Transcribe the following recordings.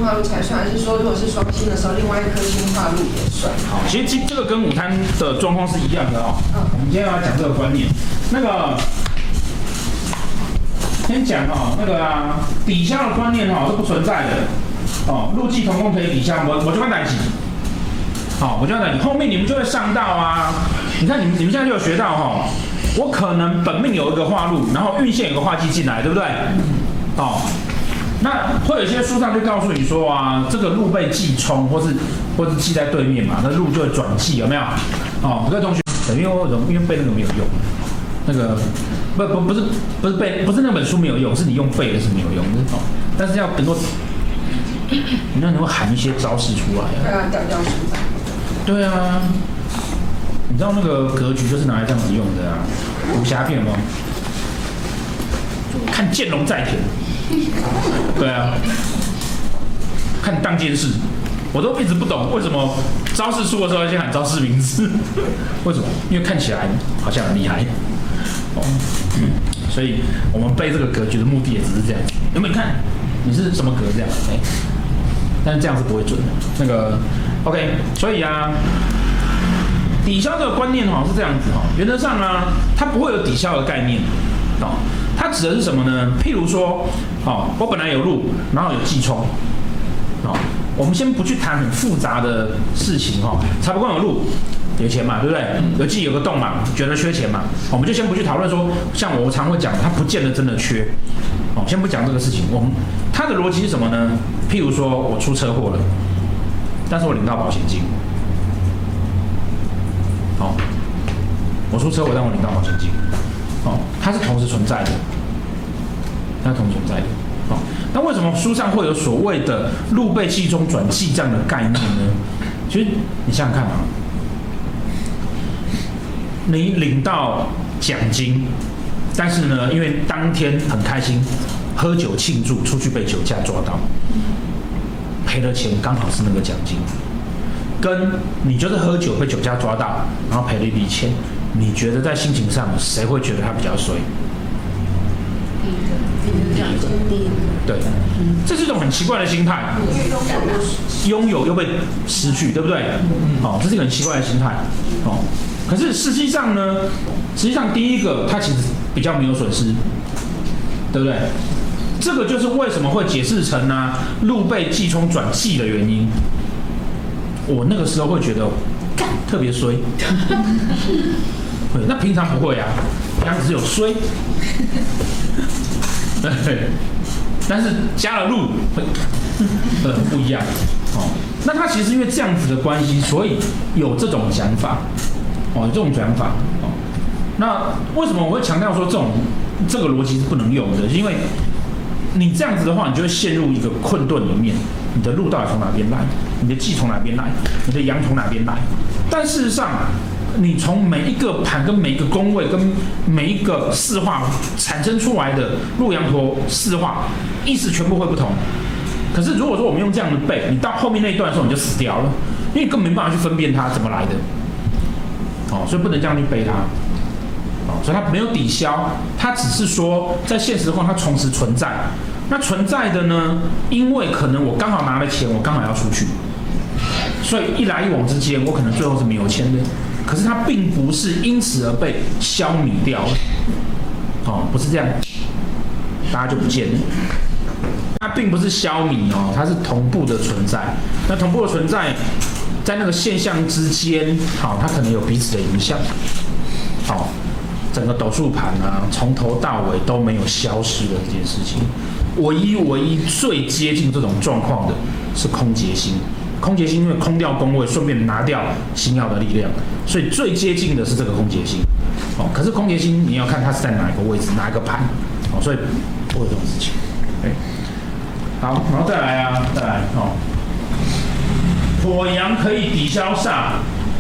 化禄才算，还是说如果是双星的时候，另外一颗星化禄也算？ 好，其实这个跟午餐的状况是一样的哦。我们今天要讲这个观念，那个先讲哦，那个抵消的观念哦是不存在的哦，禄忌同宫可以抵消，我就跟大家一起。好，我就讲，后面你们就会上到啊。你看，你们现在就有学到哈，我可能本命有一个化禄，然后运线有个化忌进来，对不对？哦，那会有一些书上就告诉你说啊，这个禄被忌冲，或是忌在对面嘛，那禄就会转忌，有没有？哦，各位同学，因为背那个没有用，那个不是那本书没有用，是你用背的是没有用的哦。但是要很多，你会喊一些招式出来啊。 对啊，调出来。 对啊，你知道那个格局就是拿来这样子用的啊，武侠片吗？看剑龙在田，对啊，看当剑士，我都一直不懂为什么招式出的时候要先喊招式名字，为什么？因为看起来好像很厉害哦，所以我们背这个格局的目的也只是这样。有没有看你是什么格这样？但是这样是不会准的。那个 OK， 所以啊，抵消这个观念是这样子原则上啊，它不会有抵消的概念它指的是什么呢？譬如说我本来有禄，然后有忌冲我们先不去谈很复杂的事情财帛宫有禄有钱嘛，对不对？有忌有个动嘛，觉得缺钱嘛，我们就先不去讨论说，像我常会讲，它不见得真的缺先不讲这个事情。它的逻辑是什么呢？譬如说我出车祸了，但是我领到保险金。我出车祸，但我领到保险金。它是同时存在的，它是同时存在的。那为什么书上会有所谓的禄被忌冲转忌这样的概念呢？其实你想想看你领到奖金，但是呢，因为当天很开心，喝酒庆祝，出去被酒驾抓到，赔的钱刚好是那个奖金，跟你就是喝酒被酒驾抓到，然后赔了一笔钱，你觉得在心情上谁会觉得他比较衰？对，这是一种很奇怪的心态，拥有又被失去，对不对？这是一个很奇怪的心态。可是实际上呢，第一个它其实比较没有损失，对不对？这个就是为什么会解释成禄被忌冲转忌的原因。我那个时候会觉得特别衰，那平常不会啊，平常只是有衰，对，但是加了禄不一样那他其实因为这样子的关系，所以有这种讲法有这种讲法那为什么我会强调说这个逻辑是不能用的？因为你这样子的话，你就会陷入一个困顿里面。你的禄到底从哪边来？你的忌从哪边来？你的阳从哪边来？但事实上，你从每一个盘跟每一个宫位跟每一个四化产生出来的禄阳陀四化，意思全部会不同。可是如果说我们用这样的背，你到后面那一段的时候你就死掉了，因为你根本没办法去分辨它怎么来的。所以不能这样去背它。所以它没有抵消，它只是说在现实中它同时存在。那存在的呢，因为可能我刚好拿了钱，我刚好要出去，所以一来一往之间，我可能最后是没有钱的。可是它并不是因此而被消弭掉了，不是这样，大家就不见了。它并不是消弭它是同步的存在。那同步的存在，在那个现象之间，它可能有彼此的影响。整个斗数盘从头到尾都没有消失的这件事情。唯一最接近这种状况的是空劫星。空劫星因为空掉宫位，顺便拿掉星曜的力量，所以最接近的是这个空劫星。可是空劫星你要看它是在哪一个位置，哪一个盘，所以不会有这种事情。好，然后再来火阳可以抵消煞，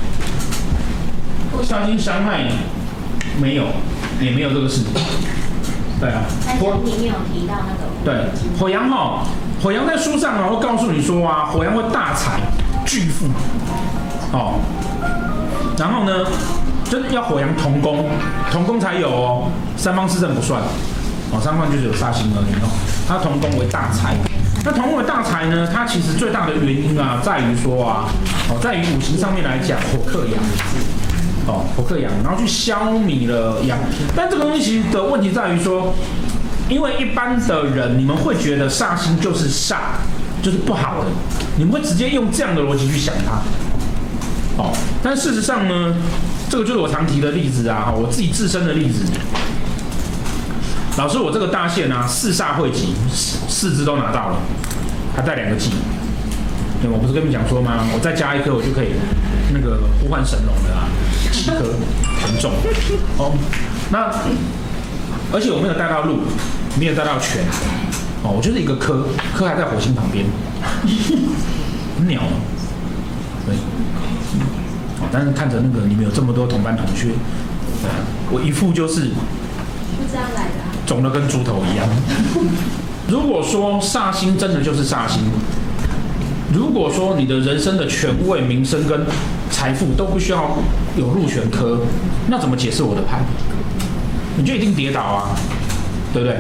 煞星伤害没有，也没有这个事。对啊， 但是里面有提到那个对火阳火阳在书上会告诉你说火阳会大财巨富然后呢，就是要火阳同宫，同宫才有三方四正不算三方就是有煞星而已它同宫为大财那同宫的大财呢，它其实最大的原因啊，在于说啊，在于五行上面来讲，火克阳。火克阳，然后去消弭了阳。但这个东西其实的问题在于说，因为一般的人，你们会觉得煞星就是煞，就是不好的，你们会直接用这样的逻辑去想它。但事实上呢，这个就是我常提的例子啊，我自己自身的例子。老师，我这个大限啊，4煞汇集，4支都拿到了，还带2个忌。对，我不是跟你们讲说吗？我再加1颗，我就可以那个呼唤神龙了啊，7颗很重。那而且我没有带到禄，没有带到权。我就是一个科还在火星旁边，很鸟。对。但是看着那个你们有这么多同班同学，我一副就是就这样来的， 肿得跟猪头一样。如果说煞星真的就是煞星，如果说你的人生的权位、名声跟财富都不需要有禄权科，那怎么解释我的牌？你就一定跌倒啊，对不对？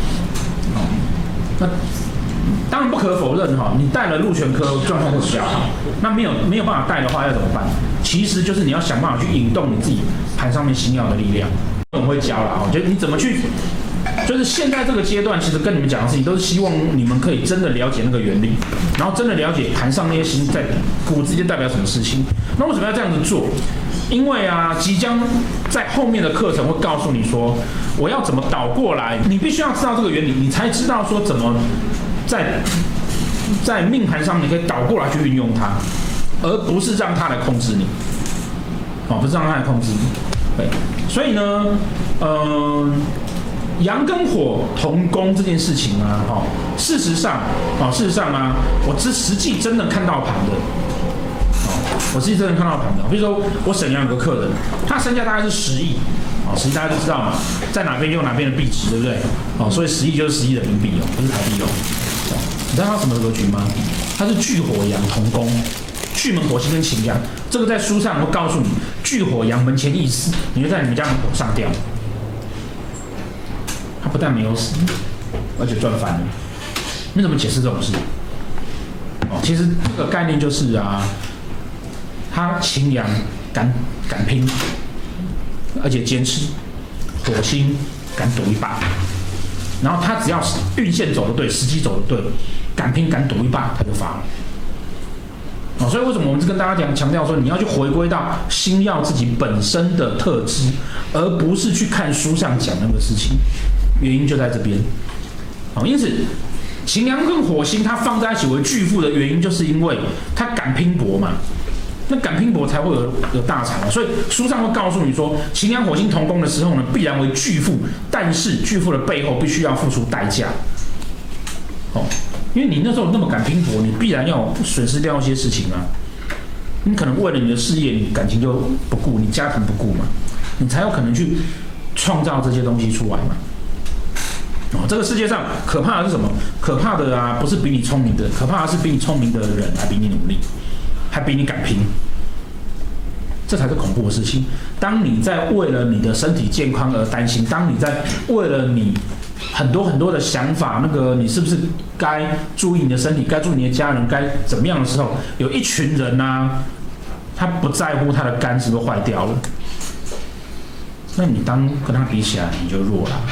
那当然不可否认你带了禄权科状况会比较好。那没有办法带的话要怎么办？其实就是你要想办法去引动你自己盘上面星曜的力量。我们会教啦，就是你怎么去，就是现在这个阶段，其实跟你们讲的事情都是希望你们可以真的了解那个原理，然后真的了解盘上那些星在骨子间代表什么事情。那为什么要这样子做？因为啊，即将在后面的课程会告诉你说，我要怎么倒过来，你必须要知道这个原理，你才知道说怎么在命盘上你可以倒过来去运用它，而不是让它来控制你。不是让它来控制你。对，所以呢，阳跟火同宫这件事情啊，事实上啊，我实际真的看到盘的。我自己真的看到盘的，比如说我沈阳有个客人，他身价大概是10亿，10亿大家都知道嘛，在哪边用哪边的币值，对不对？所以10亿就是10亿人民币不是台币你知道他什么格局吗？他是巨火阳同宫，巨门火星跟擎羊，这个在书上会告诉你，巨火阳门前易死，你会在你们家门口上吊。他不但没有死，而且赚翻了。你怎么解释这种事？其实这个概念就是啊。他擎羊敢拼，而且坚持，火星敢赌一把，然后他只要运线走得对，时机走得对，敢拼敢赌一把，他就发了。所以为什么我们跟大家强调说，你要去回归到星曜自己本身的特质，而不是去看书上讲那个事情，原因就在这边。因此擎羊跟火星它放在一起为巨富的原因，就是因为他敢拼搏嘛。那敢拼搏才会有大财嘛，所以书上会告诉你说，擎羊火星同宫的时候呢，必然为巨富，但是巨富的背后必须要付出代价。因为你那时候那么敢拼搏，你必然要损失掉一些事情啊。你可能为了你的事业，你感情就不顾，你家庭不顾嘛，你才有可能去创造这些东西出来嘛。这个世界上可怕的是什么？可怕的啊，不是比你聪明的，可怕的是比你聪明的人还比你努力。还比你敢拼，这才是恐怖的事情。当你在为了你的身体健康而担心，当你在为了你很多的想法，那个你是不是该注意你的身体，该注意你的家人，该怎么样的时候，有一群人啊，他不在乎他的肝是不是坏掉了，那你当跟他比起来，你就弱了。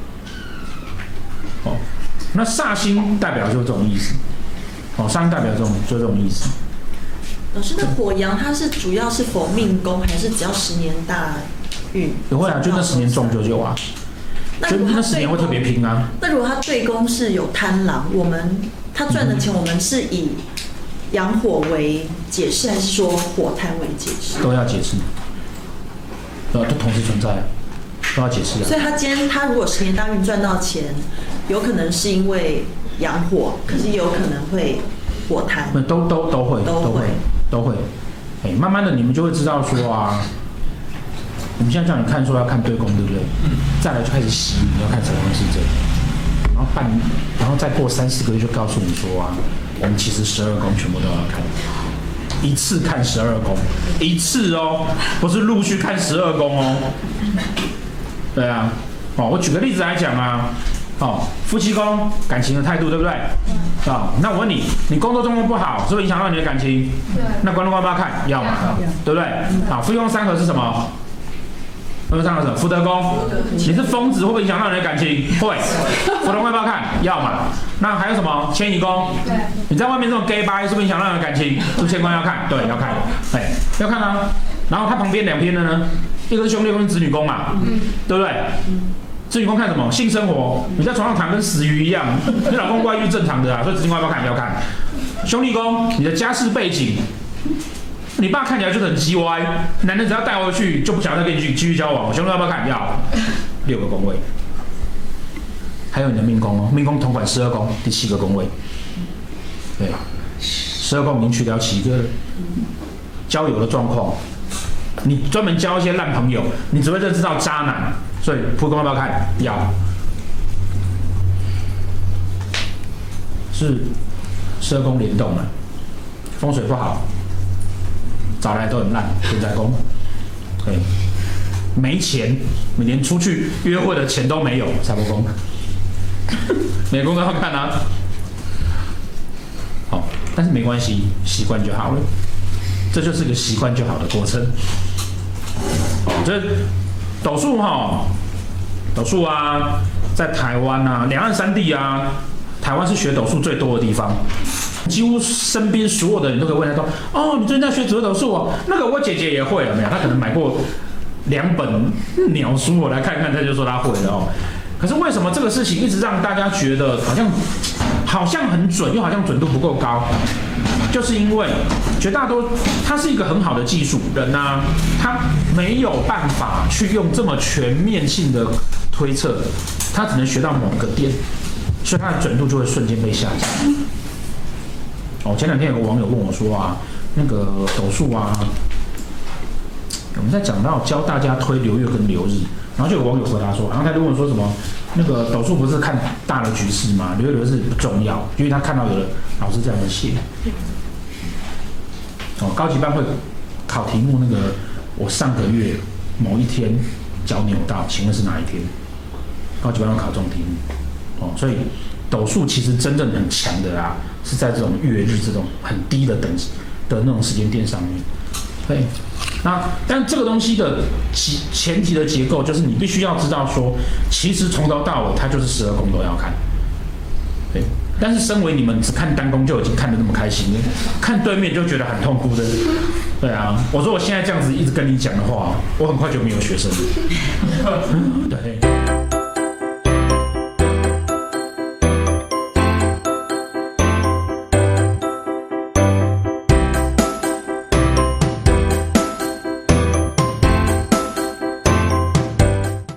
那煞星代表就是这种意思。煞星代表就是这种意思。 老师，那火阳它是主要是否命宫，还是只要10年大运？ 也会啊，就那10年中就有啊。就那10年会特别拼啊。 那如果他对宫是有贪狼，他赚的钱，我们是以阳火为解释，还是说火贪为解释？ 都要解释，都同时存在，都要解释啊。 所以他今天他如果10年大运赚到钱，有可能是因为阳火，可是也有可能会火贪。都会。慢慢的你们就会知道说啊，我们现在叫你看说要看对宫，对不对？再来就开始洗，你要看什么东西这，然后再过3-4个月就告诉你说啊，我们其实12宫全部都要看，一次看12宫，一次哦，不是陆续看12宫哦。对啊，我举个例子来讲啊， 哦，夫妻宫感情的态度，对不对？那我问你，你工作状况不好，是不是影响到你的感情？ 对。 那官禄要不要看？要嘛，对不对？好，夫妻宫3合是什么？夫妻宫3合是什么？福德宫。你是疯子，会不会影响到你的感情？会。福德宫要不要看？要嘛。那还有什么？迁移宫。 对。 你在外面这种 gay bye，是不是影响到你的感情？是不是迁官要看？对，要看。哎，要看啊。然后它旁边2篇的呢，一个是兄弟宫，是子女宫嘛，对不对？子女宫看什么？性生活，你在床上躺跟死鱼一样，你老公外遇正常的啊，所以子女宫要不要看？要看。兄弟宫，你的家世背景，你爸看起来就是很鸡歪，男人只要带回去就不想再跟你继续交往，兄弟要不要看？要。6个宫位，还有你的命宫哦，命宫统管12宫，第7个宫位，对，12宫已经去掉7个了，交友的状况。你专门交一些烂朋友，你只会认识到渣男，所以夫宫要不要看？要。是12宫联动了，风水不好，找来都很烂，天灾宫。对，没钱，每年出去约会的钱都没有，财帛宫。每宫都要看啊。好，但是没关系，习惯就好了。这就是个习惯就好的过程。这斗数哈，斗数啊，在台湾啊，两岸3地啊，台湾是学斗数最多的地方。几乎身边所有的人都可以问他说：“哦，你最近在学紫微斗数哦？那个我姐姐也会，有没有？她可能买过2本鸟书，我来看看，她就说她会了哦。可是为什么这个事情一直让大家觉得好像很准，又好像准度不够高？就是因为绝大多数它是一个很好的技术，人啊，他没有办法去用这么全面性的推测，他只能学到某个点，所以他的准度就会瞬间被下降。哦，前2天有个网友问我说啊，那个斗数啊，我们在讲到教大家推流月跟流日，然后就有网友回答说，然后他就问我说什么，那个斗数不是看大的局势吗？流月流日不重要，因为他看到有的老师这样写。哦，高级班会考题目，那个我上个月某一天脚扭到，请问是哪一天？高级班会考这种题目。哦，所以斗数其实真正很强的啊，是在这种月日这种很低的等级的那种时间点上面。对，但这个东西的前提的结构就是你必须要知道说，其实从头到尾它就是12宫都要看。对。但是身为你们只看单宫就已经看得那么开心，看对面就觉得很痛苦的。对啊，我说我现在这样子一直跟你讲的话，我很快就没有学生了。对。